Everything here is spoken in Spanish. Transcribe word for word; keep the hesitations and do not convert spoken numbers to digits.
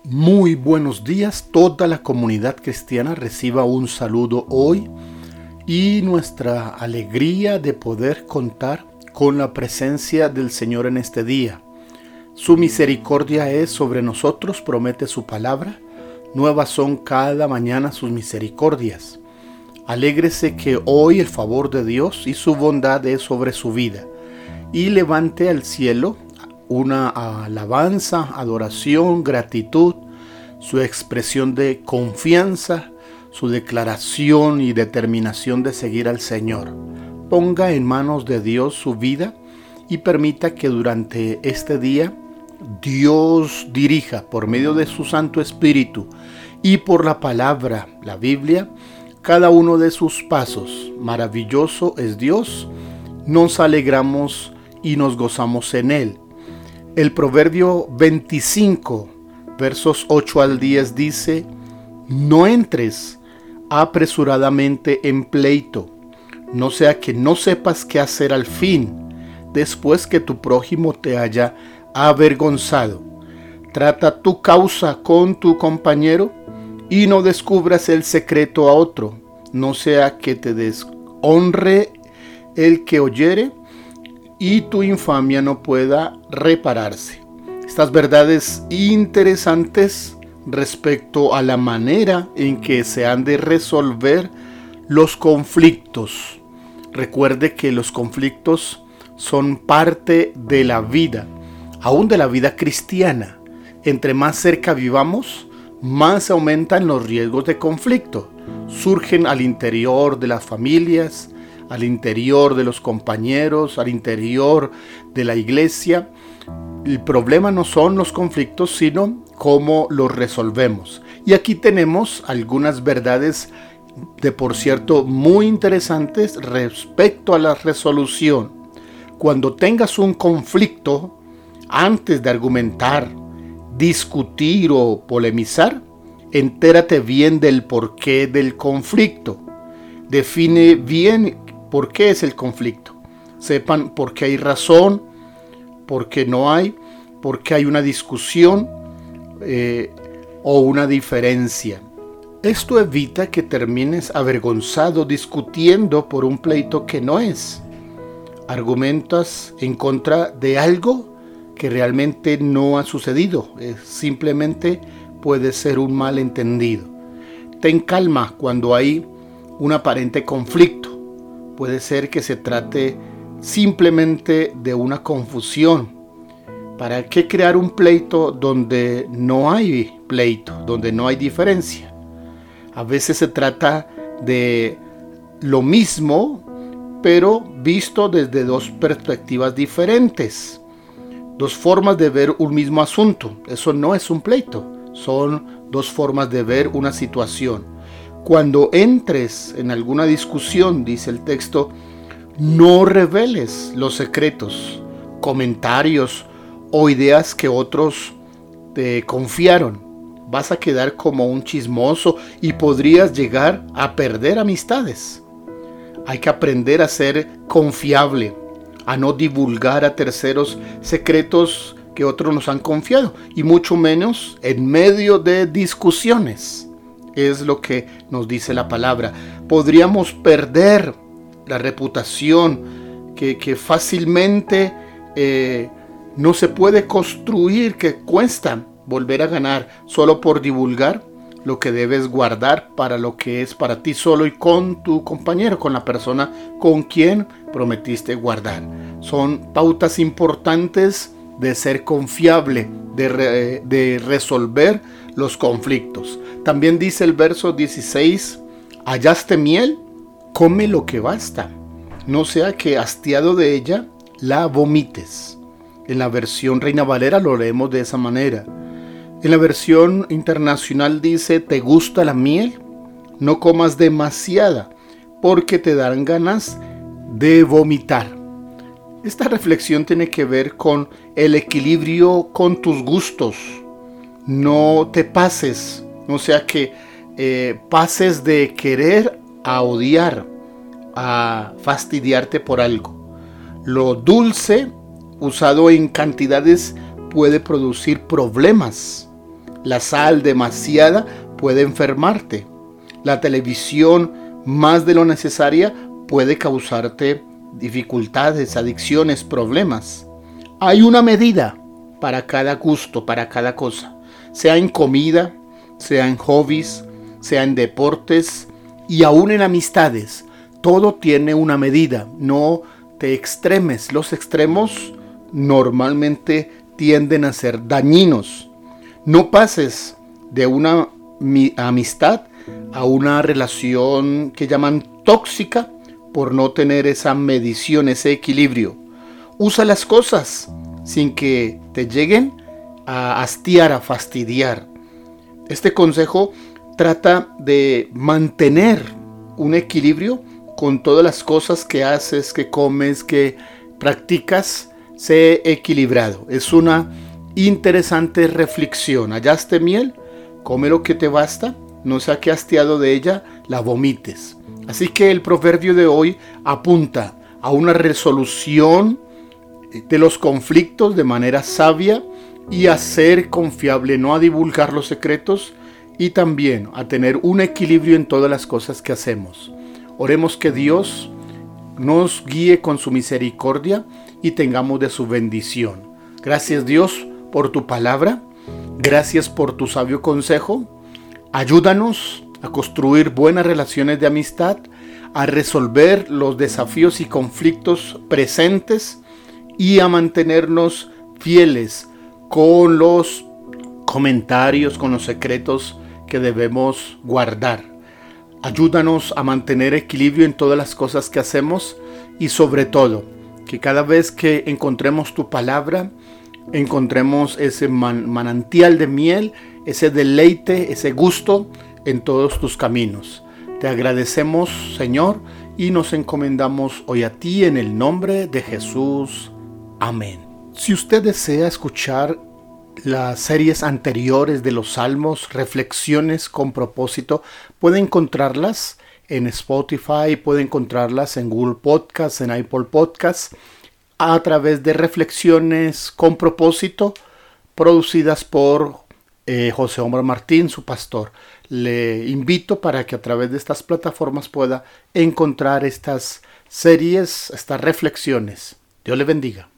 Muy buenos días, toda la comunidad cristiana reciba un saludo hoy y nuestra alegría de poder contar con la presencia del Señor en este día. Su misericordia es sobre nosotros, promete su palabra, nuevas son cada mañana sus misericordias. Alégrese que hoy el favor de Dios y su bondad es sobre su vida y levante al cielo una alabanza, adoración, gratitud, su expresión de confianza, su declaración y determinación de seguir al Señor. Ponga en manos de Dios su vida y permita que durante este día Dios dirija por medio de su Santo Espíritu y por la palabra, la Biblia, cada uno de sus pasos. Maravilloso es Dios, nos alegramos y nos gozamos en Él. El Proverbio veinticinco, versos ocho al diez dice: no entres apresuradamente en pleito, no sea que no sepas qué hacer al fin, después que tu prójimo te haya avergonzado. Trata tu causa con tu compañero y no descubras el secreto a otro, no sea que te deshonre el que oyere y tu infamia no pueda repararse. Estas verdades interesantes respecto a la manera en que se han de resolver los conflictos. Recuerde que los conflictos son parte de la vida, aún de la vida cristiana. Entre más cerca vivamos, más aumentan los riesgos de conflicto. Surgen al interior de las familias, al interior de los compañeros, al interior de la iglesia. El problema no son los conflictos, sino cómo los resolvemos. Y aquí tenemos algunas verdades de, por cierto, muy interesantes respecto a la resolución. Cuando tengas un conflicto, antes de argumentar, discutir o polemizar, entérate bien del porqué del conflicto. Define bien por qué es el conflicto. Sepan por qué hay razón, por qué no hay, por qué hay una discusión eh, o una diferencia. Esto evita que termines avergonzado discutiendo por un pleito que no es. Argumentas en contra de algo que realmente no ha sucedido. Eh, simplemente puede ser un malentendido. Ten calma cuando hay un aparente conflicto. Puede ser que se trate simplemente de una confusión. ¿Para qué crear un pleito donde no hay pleito, donde no hay diferencia? A veces se trata de lo mismo, pero visto desde dos perspectivas diferentes. Dos formas de ver un mismo asunto. Eso no es un pleito, son dos formas de ver una situación. Cuando entres en alguna discusión, dice el texto, no reveles los secretos, comentarios o ideas que otros te confiaron. Vas a quedar como un chismoso y podrías llegar a perder amistades. Hay que aprender a ser confiable, a no divulgar a terceros secretos que otros nos han confiado, y mucho menos en medio de discusiones. Es lo que nos dice la palabra. Podríamos perder la reputación que, que fácilmente eh, no se puede construir, que cuesta volver a ganar solo por divulgar lo que debes guardar para lo que es para ti solo y con tu compañero, con la persona con quien prometiste guardar. Son pautas importantes de ser confiable, de, re, de resolver los conflictos. También dice el verso dieciséis, ¿hallaste miel? Come lo que basta, no sea que hastiado de ella la vomites. En la versión Reina Valera lo leemos de esa manera. En la versión internacional dice, ¿te gusta la miel? No comas demasiada, porque te darán ganas de vomitar. Esta reflexión tiene que ver con el equilibrio con tus gustos. No te pases, no sea que eh, pases de querer a odiar, a fastidiarte por algo. Lo dulce, usado en cantidades, puede producir problemas. La sal demasiada puede enfermarte. La televisión más de lo necesaria puede causarte dificultades, adicciones, problemas. Hay una medida para cada gusto, para cada cosa, sea en comida, sea en hobbies, sea en deportes y aún en amistades. Todo tiene una medida, no te extremes. Los extremos normalmente tienden a ser dañinos. No pases de una amistad a una relación que llaman tóxica por no tener esa medición, ese equilibrio. Usa las cosas sin que te lleguen a hastiar, a fastidiar. Este consejo trata de mantener un equilibrio con todas las cosas que haces, que comes, que practicas. Sé equilibrado. Es una interesante reflexión. ¿Hallaste miel? Come lo que te basta. No sea que hastiado de ella la vomites. Así que el proverbio de hoy apunta a una resolución de los conflictos de manera sabia y a ser confiable, no a divulgar los secretos, y también a tener un equilibrio en todas las cosas que hacemos. Oremos que Dios nos guíe con su misericordia y tengamos de su bendición. Gracias, Dios, por tu palabra. Gracias por tu sabio consejo. Ayúdanos a construir buenas relaciones de amistad, a resolver los desafíos y conflictos presentes y a mantenernos fieles con los comentarios, con los secretos que debemos guardar. Ayúdanos a mantener equilibrio en todas las cosas que hacemos y sobre todo, que cada vez que encontremos tu palabra, encontremos ese man- manantial de miel, ese deleite, ese gusto en todos tus caminos. Te agradecemos, Señor, y nos encomendamos hoy a ti en el nombre de Jesús. Amén. Si usted desea escuchar las series anteriores de los Salmos, reflexiones con propósito, puede encontrarlas en Spotify, puede encontrarlas en Google Podcasts, en Apple Podcasts, a través de reflexiones con propósito producidas por eh, José Omar Martín, su pastor. Le invito para que a través de estas plataformas pueda encontrar estas series, estas reflexiones. Dios le bendiga.